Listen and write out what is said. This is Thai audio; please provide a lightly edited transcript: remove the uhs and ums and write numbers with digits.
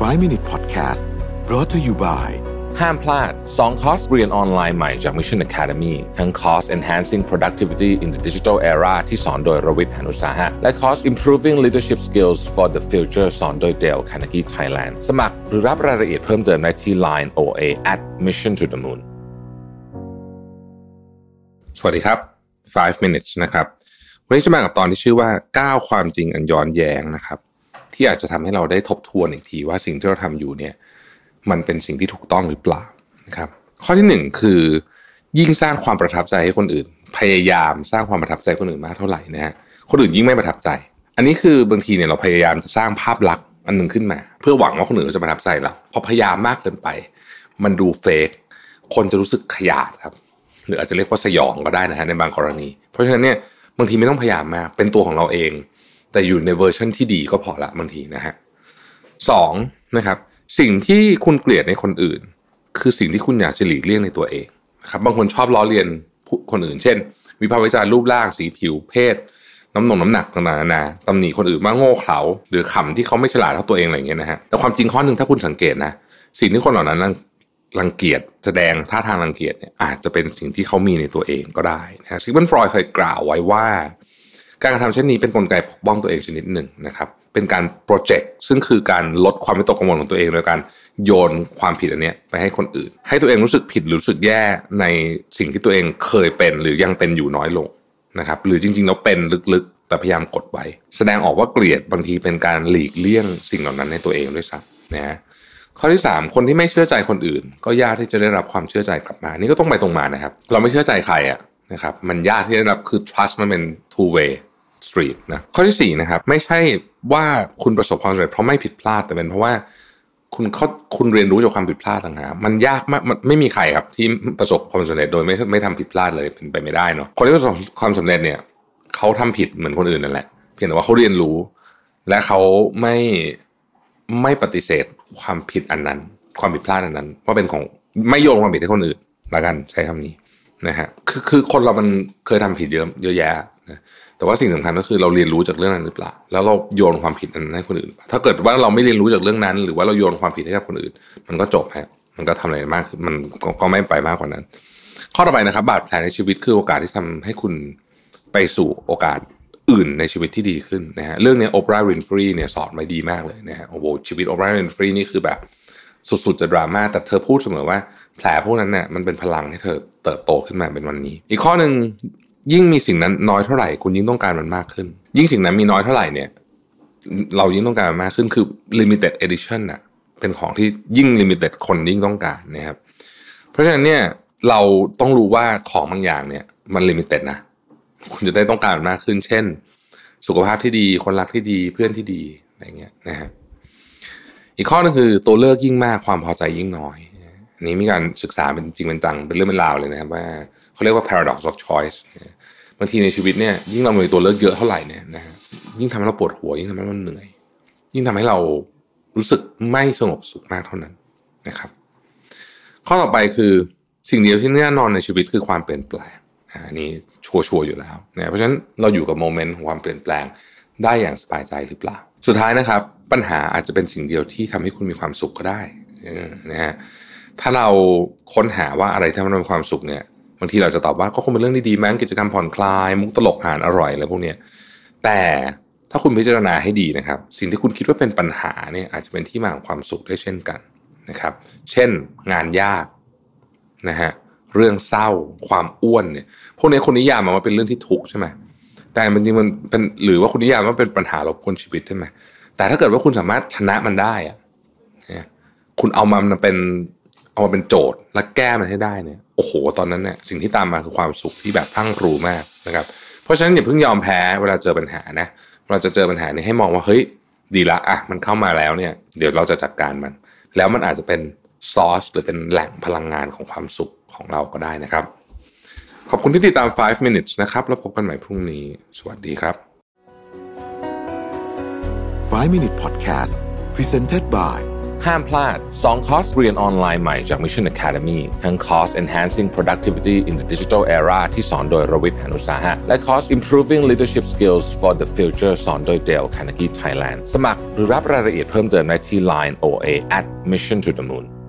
5 Minute Podcast brought to you by ห้ามพลาด2คอร์สเรียนออนไลน์ใหม่จาก Mission Academy ทั้งคอร์ส Enhancing Productivity in the Digital Era ที่สอนโดยรวิทย์ หาญอุตสาหะและคอร์ส Improving Leadership Skills for the Future สอนโดย Dale Carnegie Thailand สมัครหรือรับรายละเอียดเพิ่มเติมได้ที่ Line OA @Mission to the Moon สวัสดีครับ 5 minutes นะครับวันนี้จะมากับตอนที่ชื่อว่า9ความจริงอันย้อนแย้งนะครับที่อาจจะทำให้เราได้ทบทวนอีกทีว่าสิ่งที่เราทำอยู่เนี่ยมันเป็นสิ่งที่ถูกต้องหรือเปล่านะครับข้อที่1คือยิ่งสร้างความประทับใจให้คนอื่นพยายามสร้างความประทับใจคนอื่นมากเท่าไหร่นะฮะคนอื่นยิ่งไม่ประทับใจอันนี้คือบางทีเนี่ยเราพยายามจะสร้างภาพลักษณ์อันนึงขึ้นมาเพื่อหวังว่าคนอื่นจะประทับใจเราพอพยายามมากเกินไปมันดูเฟกคนจะรู้สึกขยาดครับหรืออาจจะเรียกว่าสยองก็ได้นะฮะในบางกรณีเพราะฉะนั้นเนี่ยบางทีไม่ต้องพยายามมากเป็นตัวของเราเองแต่อยู่ในเวอร์ชันที่ดีก็พอละบางทีนะฮะ2นะครับสิ่งที่คุณเกลียดในคนอื่นคือสิ่งที่คุณอยากจะหลีกเลี่ยงในตัวเองครับบางคนชอบล้อเลียนคนอื่นเช่นวิพากษ์วิจารณ์รูปร่างสีผิวเพศน้ำหนักต่างๆนานาตำหนิคนอื่นว่าโง่เขลาหรือขำที่เขาไม่ฉลาดเท่าตัวเองอะไรอย่างเงี้ยนะฮะแต่ความจริงข้อนึงถ้าคุณสังเกตนะสิ่งที่คนเหล่านั้นรังเกียจแสดงท่าทางรังเกียจเนี่ยอาจจะเป็นสิ่งที่เขามีในตัวเองก็ได้นะซิกมันฟรอยด์เคยกล่าวไว้ว่าการกระทำเช่นนี้เป็นกลไกปกป้องตัวเองชนิดหนึ่งนะครับเป็นการโปรเจกต์ซึ่งคือการลดความวิตกกังวลของตัวเองโดยการโยนความผิดอันนี้ไปให้คนอื่นให้ตัวเองรู้สึกผิดหรือรู้สึกแย่ในสิ่งที่ตัวเองเคยเป็นหรือยังเป็นอยู่น้อยลงนะครับหรือจริงๆแล้วเป็นลึกๆแต่พยายามกดไว้แสดงออกว่าเกลียดบางทีเป็นการหลีกเลี่ยงสิ่งเหล่านั้นในตัวเองด้วยซ้ำนะฮะข้อที่3คนที่ไม่เชื่อใจคนอื่นก็ยากที่จะได้รับความเชื่อใจกลับมานี่ก็ต้องไปตรงมานะครับเราไม่เชื่อใจใครอะนะครับมันยากที่จะได้รับคือ trust มันเป็น two way street นะข้อที่4นะครับไม่ใช่ว่าคุณประสบความสำเร็จเพราะไม่ผิดพลาดแต่เป็นเพราะว่าคุณเรียนรู้จากความผิดพลาดต่างหากมันยากมากมันไม่มีใครครับที่ประสบความสำเร็จโดยไม่ทำผิดพลาดเลยเป็นไปไม่ได้เนาะคนที่ประสบความสำเร็จเนี่ยเขาทำผิดเหมือนคนอื่นนั่นแหละเพียงแต่ว่าเขาเรียนรู้และเขาไม่ปฏิเสธความผิดอันนั้นความผิดพลาดอันนั้นว่าเป็นของไม่โยนความผิดให้คนอื่นละกันใช้คำนี้นะฮะคือคนเรามันเคยทำผิดเยอะแยะนะแต่ว่าสิ่งสำคัญก็คือเราเรียนรู้จากเรื่องนั้นหรือเปล่าแล้วเราโยนความผิดนั้นให้คนอื่นถ้าเกิดว่าเราไม่เรียนรู้จากเรื่องนั้นหรือว่าเราโยนความผิดให้กับคนอื่นมันก็จบฮะมันก็ทำอะไรมากมันก็ไม่ไปมากกว่านั้นข้อต่อไปนะครับบาดแผลในชีวิตคือโอกาสที่ทำให้คุณไปสู่โอกาสอื่นในชีวิตที่ดีขึ้นนะฮะเรื่องนี้โอปราห์วินฟรีเนี่ยสอนไว้ดีมากเลยนะฮะโอ้โหชีวิตโอปราห์วินฟรีนี่คือแบบสุดๆจะดราม่าแต่เธอพูดเสมอว่าแผลพวกนั้นเนี่ยมันเป็นพลังให้เธอเติบโตขึ้นมาเป็นวันนี้อีกข้อนึงยิ่งมีสิ่งนั้นน้อยเท่าไหร่คุณยิ่งต้องการมันมากขึ้นยิ่งสิ่งนั้นมีน้อยเท่าไหร่เนี่ยเรายิ่งต้องการมันมากขึ้นคือ limited edition น่ะเป็นของที่ยิ่ง limited คนยิ่งต้องการนะครับเพราะฉะนั้นเนี่ยเราต้องรู้ว่าของบางอย่างเนี่ยมัน limited นะคุณจะได้ต้องการมันมากขึ้นเช่นสุขภาพที่ดีคนรักที่ดีเพื่อนที่ดีอะไรเงี้ยนะฮะอีกข้อนึงคือตัวเลือกยิ่งมากความพอใจยิ่งน้อยอันนี้มีการศึกษาเป็นจริงเป็นจังเป็นเรื่องเป็นราวเลยนะครับว่าเขาเรียกว่า paradox of choice บางทีในชีวิตเนี่ยยิ่งเรามีตัวเลือกเยอะเท่าไหร่เนี่ยนะฮะยิ่งทำให้เราปวดหัวยิ่งทำให้เราเหนื่อยยิ่งทำให้เรารู้สึกไม่สงบสุขมากเท่านั้นนะครับข้อต่อไปคือสิ่งเดียวที่แน่นอนในชีวิตคือความเปลี่ยนแปลงอันนี้ชัวร์อยู่แล้วนะเพราะฉะนั้นเราอยู่กับโมเมนต์ของความเปลี่ยนแปลงได้อย่างสบายใจหรือเปล่าสุดท้ายนะครับปัญหาอาจจะเป็นสิ่งเดียวที่ทำให้คุณมีความสุขก็ได้นะฮะถ้าเราค้นหาว่าอะไรที่ทำให้เรามีความสุขเนี่ยบางทีเราจะตอบว่าก็คงเป็นเรื่องดีๆมั้งกิจกรรมผ่อนคลายมุกตลกอาหารอร่อยอะไรพวกนี้แต่ถ้าคุณพิจารณาให้ดีนะครับสิ่งที่คุณคิดว่าเป็นปัญหาเนี่ยอาจจะเป็นที่มาของความสุขได้เช่นกันนะครับเช่นงานยากนะฮะเรื่องเศร้าความอ้วนเนี่ยพวกนี้คนนิยามมันว่าเป็นเรื่องที่ทุกข์ใช่ไหมแต่จริงๆมันเป็นหรือว่าคุณนิยามว่าเป็นปัญหารบกวนชีวิตใช่ไหมแต่ถ้าเกิดว่าคุณสามารถชนะมันได้อะคุณเอามาเป็นโจทย์และแก้มันให้ได้เนี่ยโอ้โหตอนนั้นเนี่ยสิ่งที่ตามมาคือความสุขที่แบบพรั่งพรูมากนะครับเพราะฉะนั้นอย่าเพิ่งยอมแพ้เวลาเจอปัญหานะเราจะเจอปัญหานี้ให้มองว่าเฮ้ยดีละอ่ะมันเข้ามาแล้วเนี่ยเดี๋ยวเราจะจัดการมันแล้วมันอาจจะเป็นซอสหรือเป็นแหล่งพลังงานของความสุขของเราก็ได้นะครับขอบคุณที่ติดตาม5 minutes นะครับแล้วพบกันใหม่พรุ่งนี้สวัสดีครับ 5 Minute Podcast Presented by ห้ามพลาด2คอร์สเรียนออนไลน์ใหม่จาก Mission Academy ทั้งคอร์ส Enhancing Productivity in the Digital Era ที่สอนโดยรวิทย์ หนุสาหะและคอร์ส Improving Leadership Skills for the Future สอนโดย Dale Carnegie Thailand สมัครหรือรับรายละเอียดเพิ่มเติมได้ที่ Line OA @Mission to the Moon